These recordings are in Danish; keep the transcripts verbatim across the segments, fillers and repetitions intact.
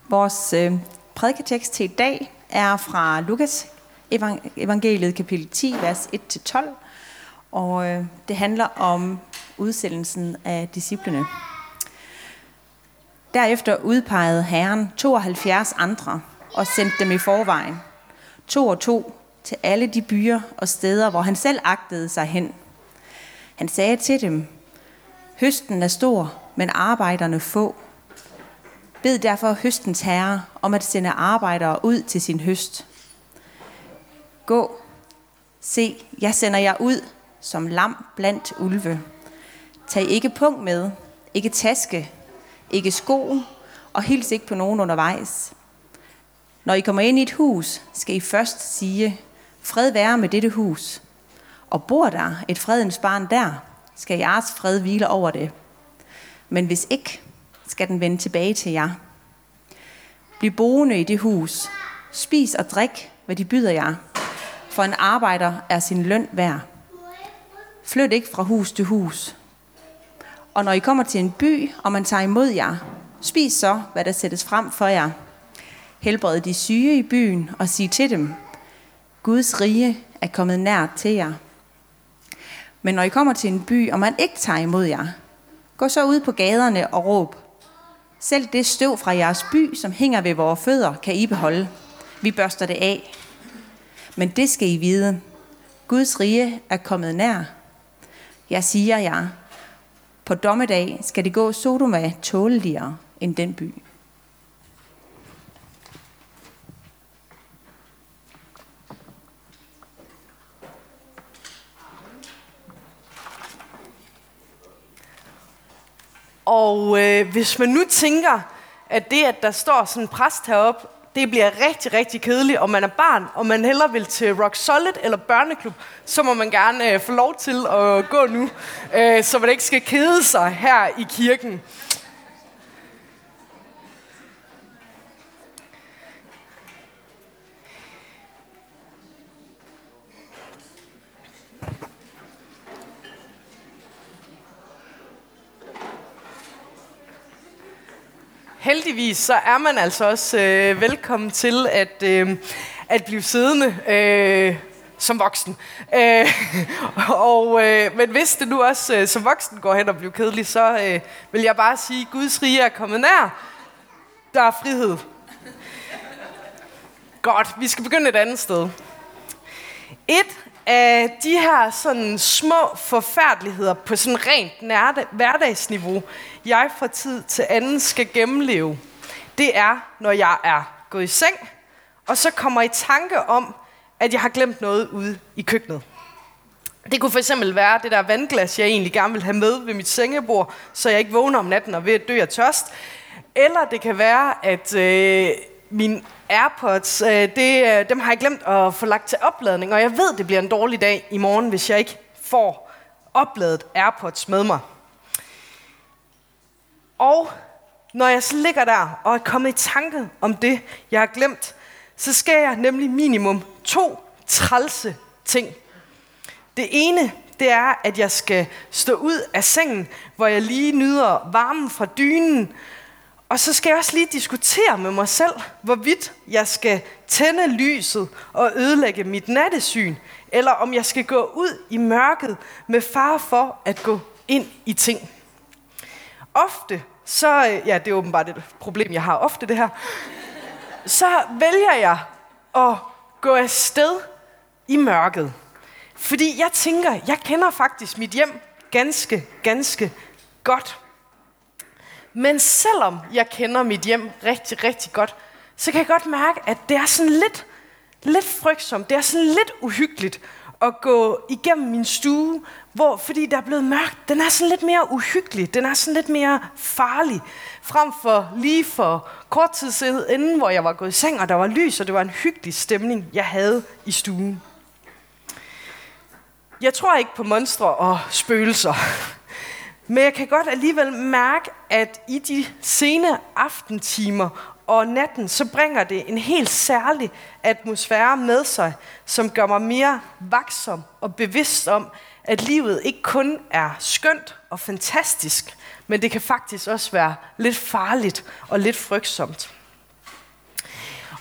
Vores øh, prædiketekst til i dag er fra Lukas evangeliet kapitel ti, vers et til tolv, og øh, det handler om udsendelsen af disciplene. Derefter udpegede Herren tooghalvfjerds andre og sendte dem i forvejen, to og to, til alle de byer og steder, hvor han selv agtede sig hen. Han sagde til dem: høsten er stor, men arbejderne få. Bed derfor høstens herre om at sende arbejdere ud til sin høst. Gå, se, jeg sender jer ud som lam blandt ulve. Tag ikke pung med, ikke taske, ikke sko, og hils ikke på nogen undervejs. Når I kommer ind i et hus, skal I først sige: fred være med dette hus. Og bor der et fredens barn der, skal jeres fred hvile over det. Men hvis ikke, skal den vende tilbage til jer. Bliv boende i det hus. Spis og drik, hvad de byder jer. For en arbejder er sin løn værd. Flyt ikke fra hus til hus. Og når I kommer til en by, og man tager imod jer, spis så, hvad der sættes frem for jer. Helbred de syge i byen og sig til dem: Guds rige er kommet nær til jer. Men når I kommer til en by, og man ikke tager imod jer, gå så ud på gaderne og råb: selv det støv fra jeres by, som hænger ved vores fødder, kan I beholde. Vi børster det af. Men det skal I vide: Guds rige er kommet nær. Jeg siger jer, på dommedag skal det gå Sodoma tåleligere end den by. Og øh, hvis man nu tænker, at det, at der står sådan en præst heroppe, det bliver rigtig, rigtig kedeligt, og man er barn, og man hellere vil til Rock Solid eller børneklub, så må man gerne øh, få lov til at gå nu, øh, så man ikke skal kede sig her i kirken. Heldigvis så er man altså også øh, velkommen til at, øh, at blive siddende øh, som voksen. Øh, og, øh, men hvis det nu også øh, som voksen går hen og bliver kedelig, så øh, vil jeg bare sige: Guds rige er kommet nær. Der er frihed. Godt, vi skal begynde et andet sted. Et af de her sådan små forfærdeligheder på sådan rent nærde, hverdagsniveau, jeg fra tid til anden skal gennemleve, det er, når jeg er gået i seng, og så kommer i tanke om, at jeg har glemt noget ude i køkkenet. Det kunne for eksempel være det der vandglas, jeg egentlig gerne vil have med ved mit sengebord, så jeg ikke vågner om natten og ved at dø af tørst. Eller det kan være, at øh, min AirPods, øh, det, dem har jeg glemt at få lagt til opladning, og jeg ved, det bliver en dårlig dag i morgen, hvis jeg ikke får opladet AirPods med mig. Og når jeg så ligger der og er kommet i tanke om det, jeg har glemt, så skal jeg nemlig minimum to trælse ting. Det ene, det er, at jeg skal stå ud af sengen, hvor jeg lige nyder varmen fra dynen, og så skal jeg også lige diskutere med mig selv, hvorvidt jeg skal tænde lyset og ødelægge mit nattesyn, eller om jeg skal gå ud i mørket med fare for at gå ind i ting. Ofte, så, ja, det er åbenbart et problem, jeg har ofte det her, så vælger jeg at gå afsted i mørket. Fordi jeg tænker, jeg kender faktisk mit hjem ganske, ganske godt. Men selvom jeg kender mit hjem rigtig, rigtig godt, så kan jeg godt mærke, at det er sådan lidt, lidt frygtsomt. Det er sådan lidt uhyggeligt at gå igennem min stue, hvor, fordi der er blevet mørkt. Den er sådan lidt mere uhyggelig. Den er sådan lidt mere farlig. Frem for lige for kort tid siden, inden hvor jeg var gået i seng, og der var lys, og det var en hyggelig stemning, jeg havde i stuen. Jeg tror ikke på monstre og spøgelser. Men jeg kan godt alligevel mærke, at i de sene aftentimer og natten, så bringer det en helt særlig atmosfære med sig, som gør mig mere vaksom og bevidst om, at livet ikke kun er skønt og fantastisk, men det kan faktisk også være lidt farligt og lidt frygtsomt.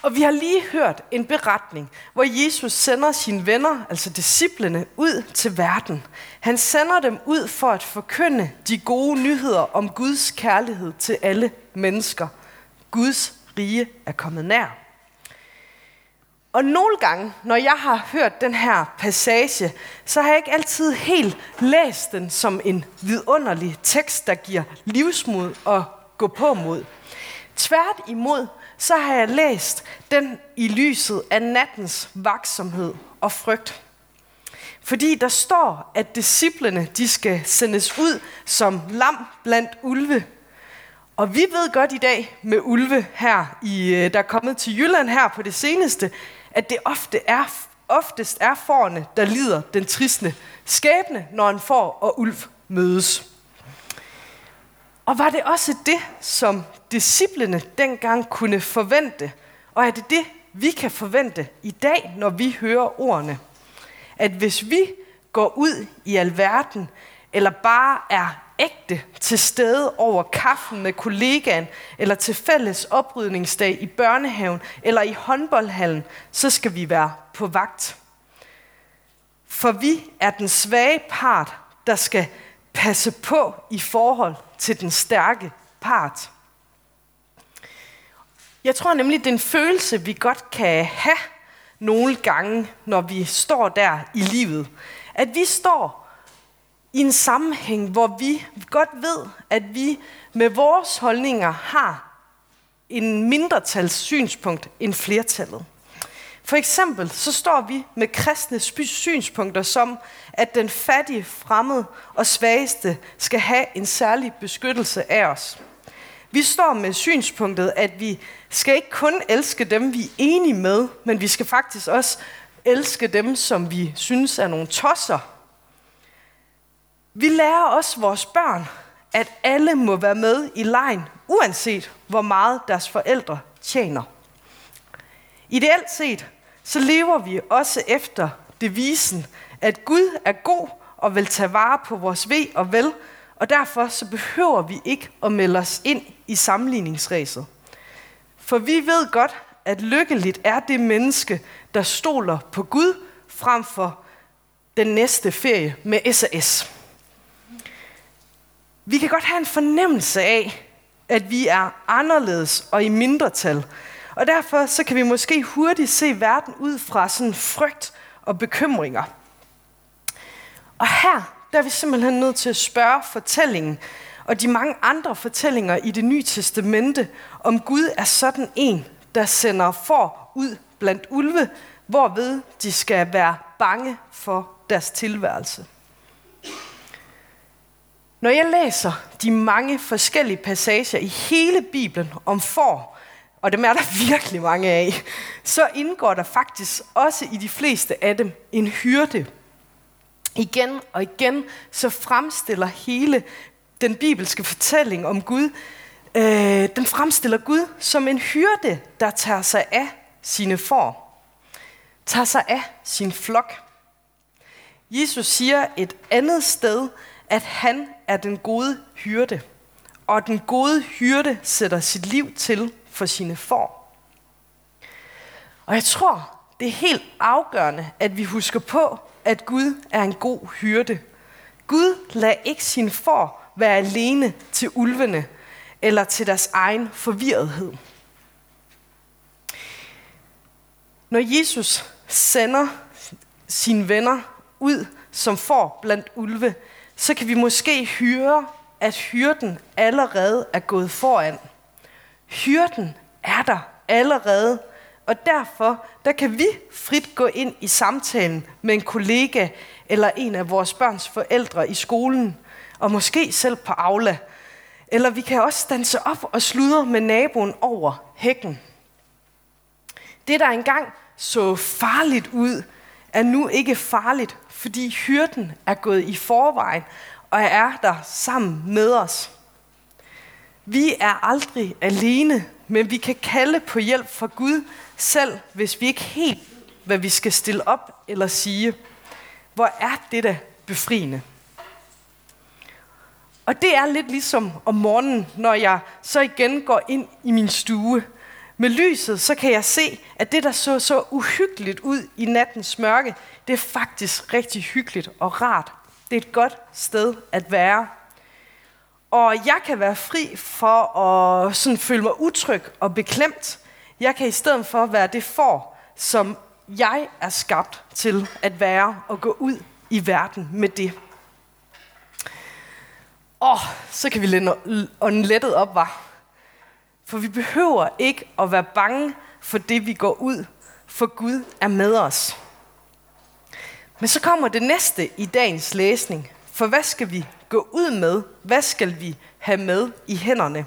Og vi har lige hørt en beretning, hvor Jesus sender sine venner, altså disciplene, ud til verden. Han sender dem ud for at forkynde de gode nyheder om Guds kærlighed til alle mennesker. Guds rige er kommet nær. Og nogle gange, når jeg har hørt den her passage, så har jeg ikke altid helt læst den som en vidunderlig tekst, der giver livsmod og gå på mod. Tværtimod, så har jeg læst den i lyset af nattens vaksomhed og frygt. Fordi der står, at disciplene de skal sendes ud som lam blandt ulve. Og vi ved godt i dag med ulve her, i, der er kommet til Jylland her på det seneste, at det ofte er, oftest er fårene, der lider den tristne skæbne, når en får og ulv mødes. Og var det også det, som disciplene dengang kunne forvente? Og er det det, vi kan forvente i dag, når vi hører ordene? At hvis vi går ud i alverden, eller bare er ægte til stede over kaffen med kollegaen, eller til fælles oprydningsdag i børnehaven, eller i håndboldhallen, så skal vi være på vagt. For vi er den svage part, der skal passe på i forhold til den stærke part. Jeg tror nemlig, det er en følelse, vi godt kan have nogle gange, når vi står der i livet. At vi står i en sammenhæng, hvor vi godt ved, at vi med vores holdninger har en mindretals synspunkt end flertallet. For eksempel så står vi med kristne synspunkter som, at den fattige, fremmede og svageste skal have en særlig beskyttelse af os. Vi står med synspunktet, at vi skal ikke kun elske dem, vi er enige med, men vi skal faktisk også elske dem, som vi synes er nogle tosser. Vi lærer også vores børn, at alle må være med i legen, uanset hvor meget deres forældre tjener. Ideelt set, så lever vi også efter devisen, at Gud er god og vil tage vare på vores ve og vel, og derfor så behøver vi ikke at melde os ind i sammenligningsræset. For vi ved godt, at lykkeligt er det menneske, der stoler på Gud frem for den næste ferie med S A S. Vi kan godt have en fornemmelse af, at vi er anderledes og i mindretal, og derfor så kan vi måske hurtigt se verden ud fra sådan frygt og bekymringer. Og her der er vi simpelthen nødt til at spørge fortællingen og de mange andre fortællinger i Det Nye Testamente, om Gud er sådan en, der sender får ud blandt ulve, hvorved de skal være bange for deres tilværelse. Når jeg læser de mange forskellige passager i hele Bibelen om får, og dem er der virkelig mange af, så indgår der faktisk også i de fleste af dem en hyrde. Igen og igen så fremstiller hele den bibelske fortælling om Gud, øh, den fremstiller Gud som en hyrde, der tager sig af sine får, tager sig af sin flok. Jesus siger et andet sted, at han er den gode hyrde, og den gode hyrde sætter sit liv til for sine får. Og jeg tror, det er helt afgørende, at vi husker på, at Gud er en god hyrde. Gud lader ikke sine får være alene til ulvene eller til deres egen forvirrethed. Når Jesus sender sine venner ud som får blandt ulve, så kan vi måske høre, at hyrden allerede er gået foran. Hyrden er der allerede, og derfor der kan vi frit gå ind i samtalen med en kollega eller en af vores børns forældre i skolen, og måske selv på Aula. Eller vi kan også standse op og sludre med naboen over hækken. Det, der engang så farligt ud, er nu ikke farligt, fordi hyrden er gået i forvejen og er der sammen med os. Vi er aldrig alene, men vi kan kalde på hjælp fra Gud, selv hvis vi ikke helt ved, hvad vi skal stille op eller sige. Hvor er det da befriende? Og det er lidt ligesom om morgenen, når jeg så igen går ind i min stue. Med lyset, så kan jeg se, at det, der så så uhyggeligt ud i nattens mørke, det er faktisk rigtig hyggeligt og rart. Det er et godt sted at være. Og jeg kan være fri for at sådan føle mig utryg og beklemt. Jeg kan i stedet for være det får, som jeg er skabt til at være og gå ud i verden med det. Og så kan vi lade ånden lettet op, var. For vi behøver ikke at være bange for det, vi går ud, for Gud er med os. Men så kommer det næste i dagens læsning. For hvad skal vi gå ud med? Hvad skal vi have med i hænderne?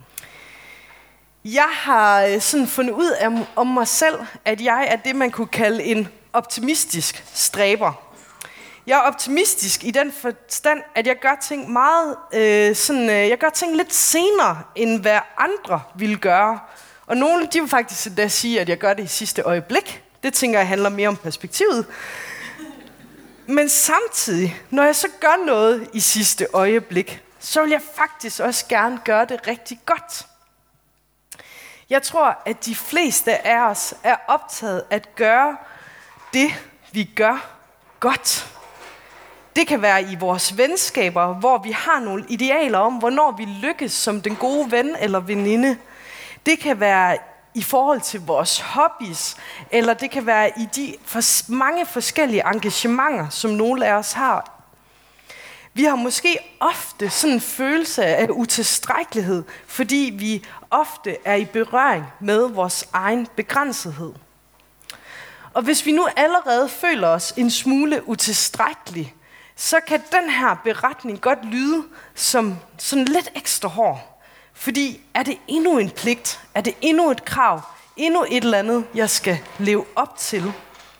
Jeg har sådan fundet ud af om mig selv, at jeg er det, man kunne kalde en optimistisk stræber. Jeg er optimistisk i den forstand, at jeg gør ting meget, øh, sådan, øh, jeg gør ting lidt senere, end hvad andre ville gøre. Og nogle, de vil faktisk da sige, at jeg gør det i sidste øjeblik. Det tænker jeg handler mere om perspektivet. Men samtidig, når jeg så gør noget i sidste øjeblik, så vil jeg faktisk også gerne gøre det rigtig godt. Jeg tror, at de fleste af os er optaget at gøre det, vi gør, godt. Det kan være i vores venskaber, hvor vi har nogle idealer om, hvornår vi lykkes som den gode ven eller veninde. Det kan være i forhold til vores hobbies, eller det kan være i de mange forskellige engagementer, som nogle af os har. Vi har måske ofte sådan en følelse af utilstrækkelighed, fordi vi ofte er i berøring med vores egen begrænsethed. Og hvis vi nu allerede føler os en smule utilstrækkelige, så kan den her beretning godt lyde som sådan lidt ekstra hård. Fordi er det endnu en pligt? Er det endnu et krav? Endnu et eller andet, jeg skal leve op til?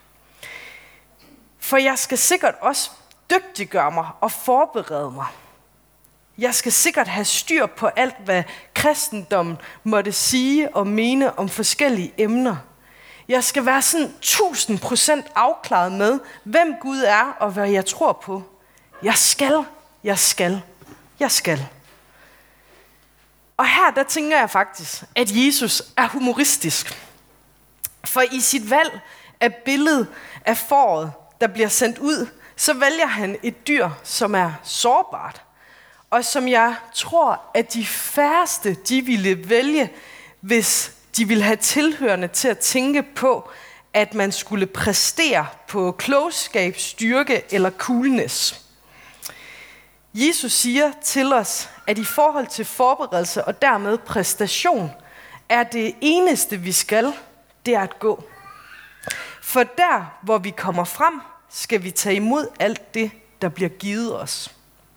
For jeg skal sikkert også dygtiggøre mig og forberede mig. Jeg skal sikkert have styr på alt, hvad kristendommen måtte sige og mene om forskellige emner. Jeg skal være sådan tusind procent afklaret med, hvem Gud er og hvad jeg tror på. Jeg skal, jeg skal, jeg skal. Og her der tænker jeg faktisk, at Jesus er humoristisk. For i sit valg af billede af fåret, der bliver sendt ud, så vælger han et dyr, som er sårbart. Og som jeg tror, at de færreste, de ville vælge, hvis de ville have tilhørende til at tænke på, at man skulle præstere på klogskab, styrke eller coolness. Jesus siger til os, at i forhold til forberedelse og dermed præstation, er det eneste, vi skal, det er at gå. For der, hvor vi kommer frem, skal vi tage imod alt det, der bliver givet os.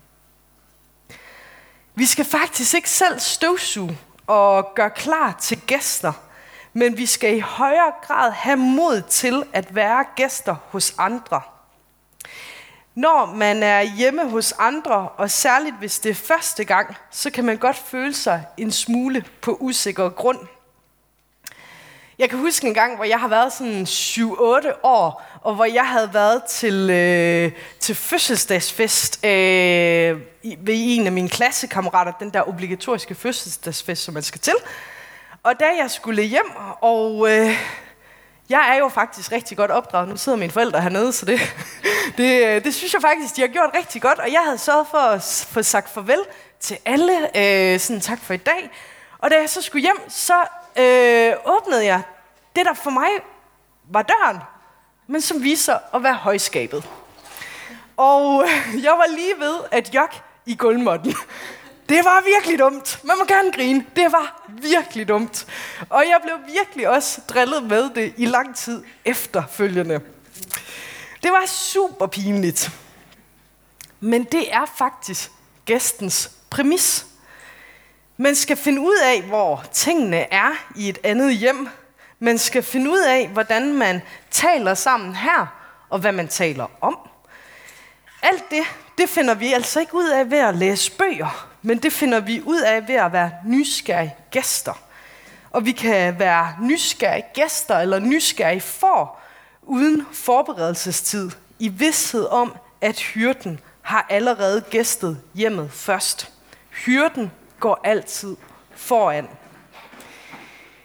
Vi skal faktisk ikke selv støvsuge og gøre klar til gæster, men vi skal i højere grad have mod til at være gæster hos andre. Når man er hjemme hos andre, og særligt hvis det er første gang, så kan man godt føle sig en smule på usikker grund. Jeg kan huske en gang, hvor jeg har været sådan syv otte år, og hvor jeg havde været til, øh, til fødselsdagsfest øh, ved en af mine klassekammerater, den der obligatoriske fødselsdagsfest, som man skal til. Og da jeg skulle hjem, og øh, jeg er jo faktisk rigtig godt opdraget, nu sidder mine forældre hernede, så det, det, det synes jeg faktisk, de har gjort rigtig godt, og jeg havde sørget for at få sagt farvel til alle, øh, sådan tak for i dag. Og da jeg så skulle hjem, så øh, åbnede jeg det, der for mig var døren, men som viste sig at være højskabet. Og jeg var lige ved at jokke i gulvmåtten. Det var virkelig dumt. Man må gerne grine. Det var virkelig dumt. Og jeg blev virkelig også drillet med det i lang tid efterfølgende. Det var super pinligt. Men det er faktisk gæstens præmis. Man skal finde ud af, hvor tingene er i et andet hjem. Man skal finde ud af, hvordan man taler sammen her, og hvad man taler om. Alt det, det finder vi altså ikke ud af ved at læse bøger, men det finder vi ud af ved at være nysgerrige gæster. Og vi kan være nysgerrige gæster eller nysgerrige for uden forberedelsestid, i vidsthed om, at hyrden har allerede gæstet hjemmet først. Hyrden går altid foran.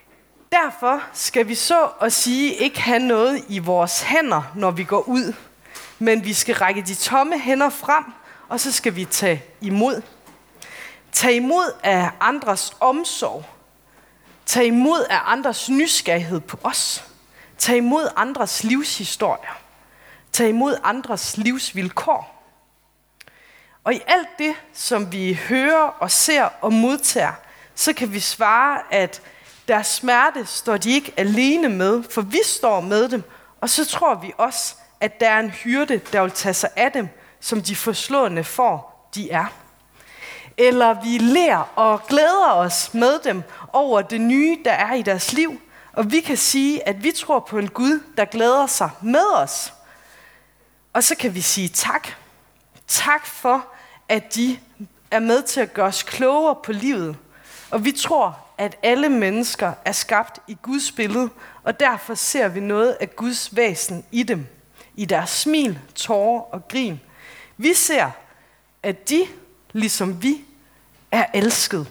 Derfor skal vi så at sige ikke have noget i vores hænder, når vi går ud, men vi skal række de tomme hænder frem, og så skal vi tage imod. Tag imod af andres omsorg. Tag imod af andres nysgerrighed på os. Tag imod andres livshistorier. Tag imod andres livsvilkår. Og i alt det, som vi hører og ser og modtager, så kan vi svare, at deres smerte står de ikke alene med, for vi står med dem, og så tror vi også, at der er en hyrde, der vil tage sig af dem, som de forslående får, de er. Eller vi ler og glæder os med dem over det nye, der er i deres liv, og vi kan sige, at vi tror på en Gud, der glæder sig med os. Og så kan vi sige tak. Tak for, at de er med til at gøre os klogere på livet. Og vi tror, at alle mennesker er skabt i Guds billede, og derfor ser vi noget af Guds væsen i dem. I deres smil, tårer og grin. Vi ser, at de, ligesom vi, er elsket.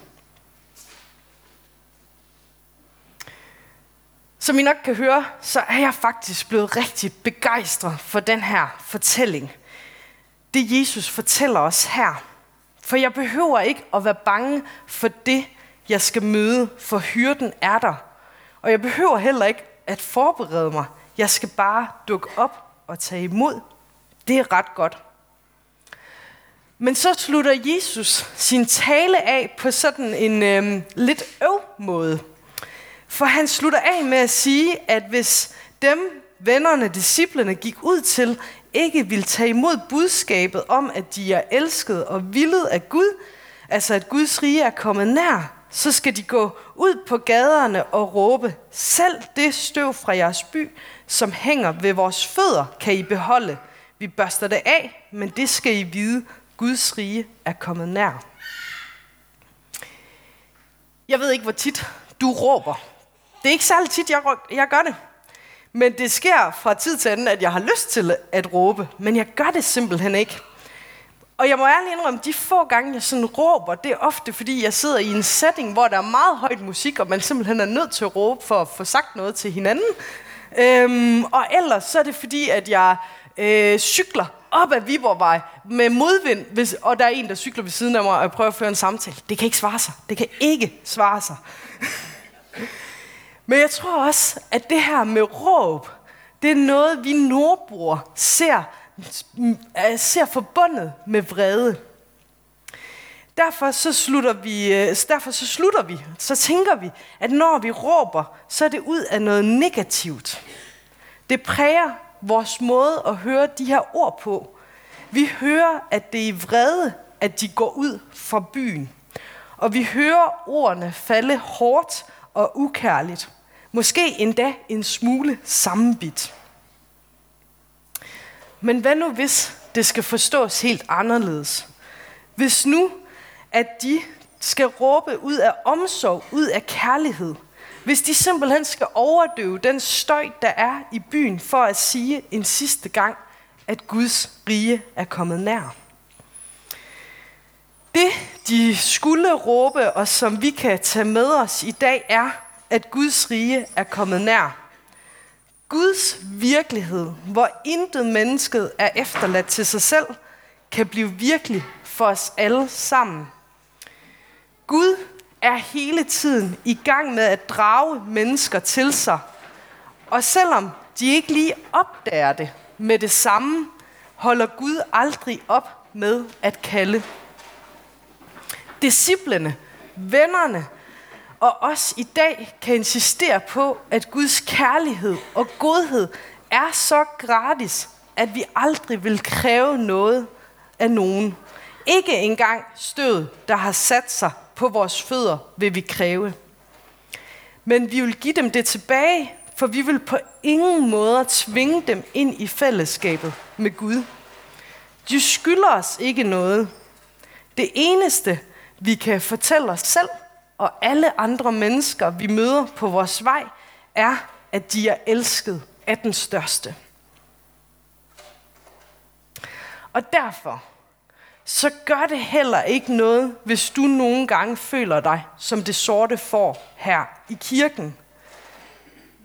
Som I nok kan høre, så er jeg faktisk blevet rigtig begejstret for den her fortælling. Det Jesus fortæller os her. For jeg behøver ikke at være bange for det, jeg skal møde, for hyrden er der. Og jeg behøver heller ikke at forberede mig. Jeg skal bare dukke op og tage imod. Det er ret godt. Men så slutter Jesus sin tale af på sådan en øhm, lidt øv måde. For han slutter af med at sige, at hvis dem, vennerne, disciplene gik ud til, ikke ville tage imod budskabet om, at de er elsket og villet af Gud, altså at Guds rige er kommet nær, så skal de gå ud på gaderne og råbe, selv det støv fra jeres by, som hænger ved vores fødder, kan I beholde. Vi børster det af, men det skal I vide, Guds rige er kommet nær. Jeg ved ikke, hvor tit du råber. Det er ikke særlig tit, jeg, jeg gør det. Men det sker fra tid til anden, at jeg har lyst til at råbe, men jeg gør det simpelthen ikke. Og jeg må ærligt indrømme, de få gange, jeg sådan råber, det er ofte, fordi jeg sidder i en setting, hvor der er meget højt musik, og man simpelthen er nødt til at råbe for at få sagt noget til hinanden. Øhm, og ellers så er det fordi, at jeg øh, cykler op ad Viborgvej med modvind, hvis, og der er en, der cykler ved siden af mig, og jeg prøver at føre en samtale. Det kan ikke svare sig. Det kan ikke svare sig. Men jeg tror også, at det her med råb, det er noget, vi nordboere ser, ser forbundet med vrede. Derfor så slutter vi, derfor så slutter vi, så tænker vi, at når vi råber, så er det ud af noget negativt. Det præger vores måde at høre de her ord på. Vi hører, at det er i vrede, at de går ud fra byen. Og vi hører ordene falde hårdt og ukærligt. Måske endda en smule sammenbidt. Men hvad nu hvis det skal forstås helt anderledes? Hvis nu, at de skal råbe ud af omsorg, ud af kærlighed. Hvis de simpelthen skal overdøve den støj, der er i byen, for at sige en sidste gang, at Guds rige er kommet nær. Det, de skulle råbe, og som vi kan tage med os i dag, er, at Guds rige er kommet nær. Guds virkelighed, hvor intet mennesket er efterladt til sig selv, kan blive virkelig for os alle sammen. Gud er hele tiden i gang med at drage mennesker til sig. Og selvom de ikke lige opdager det med det samme, holder Gud aldrig op med at kalde. Disciplene, vennerne og os i dag kan insistere på, at Guds kærlighed og godhed er så gratis, at vi aldrig vil kræve noget af nogen. Ikke engang stød, der har sat sig på vores fødder, vil vi kræve. Men vi vil give dem det tilbage, for vi vil på ingen måde tvinge dem ind i fællesskabet med Gud. De skylder os ikke noget. Det eneste, vi kan fortælle os selv og alle andre mennesker, vi møder på vores vej, er, at de er elsket af den største. Og derfor så gør det heller ikke noget, hvis du nogle gange føler dig som det sorte får her i kirken.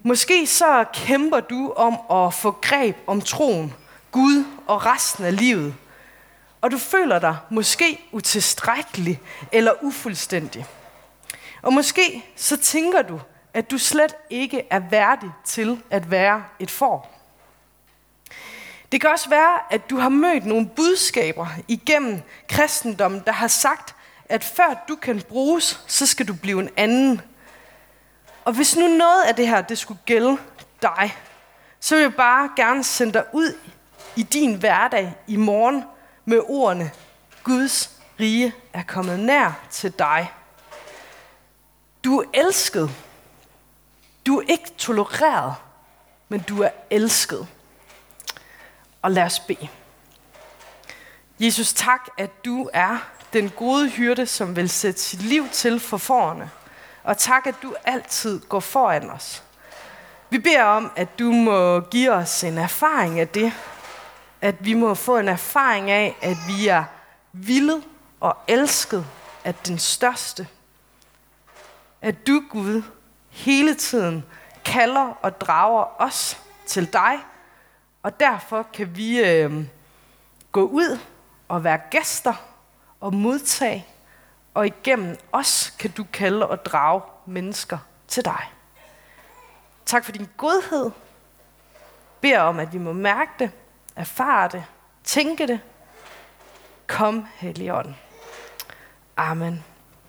Måske så kæmper du om at få greb om troen, Gud og resten af livet. Og du føler dig måske utilstrækkelig eller ufuldstændig. Og måske så tænker du, at du slet ikke er værdig til at være et får. Det kan også være, at du har mødt nogle budskaber igennem kristendommen, der har sagt, at før du kan bruges, så skal du blive en anden. Og hvis nu noget af det her, det skulle gælde dig, så vil jeg bare gerne sende dig ud i din hverdag i morgen med ordene: Guds rige er kommet nær til dig. Du er elsket. Du er ikke tolereret, men du er elsket. Og lad os bede. Jesus, tak, at du er den gode hyrde, som vil sætte sit liv til for fårene. Og tak, at du altid går foran os. Vi beder om, at du må give os en erfaring af det. At vi må få en erfaring af, at vi er vilde og elsket af den største. At du, Gud, hele tiden kalder og drager os til dig. Og derfor kan vi øh, gå ud og være gæster og modtage. Og igennem os kan du kalde og drage mennesker til dig. Tak for din godhed. Beder om, at vi må mærke det, erfare det, tænke det. Kom, Helligånd. Amen.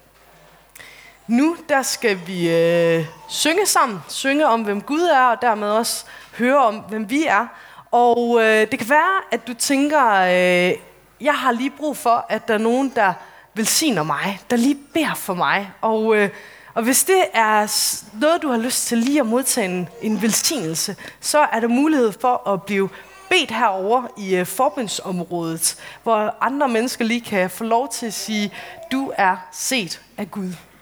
Nu der skal vi øh, synge sammen. Synge om, hvem Gud er, og dermed også høre om, hvem vi er. Og øh, det kan være, at du tænker, øh, jeg har lige brug for, at der er nogen, der velsigner mig, der lige beder for mig. Og, øh, og hvis det er noget, du har lyst til lige at modtage en, en velsignelse, så er der mulighed for at blive bedt herover i øh, forbundsområdet, hvor andre mennesker lige kan få lov til at sige, du er set af Gud.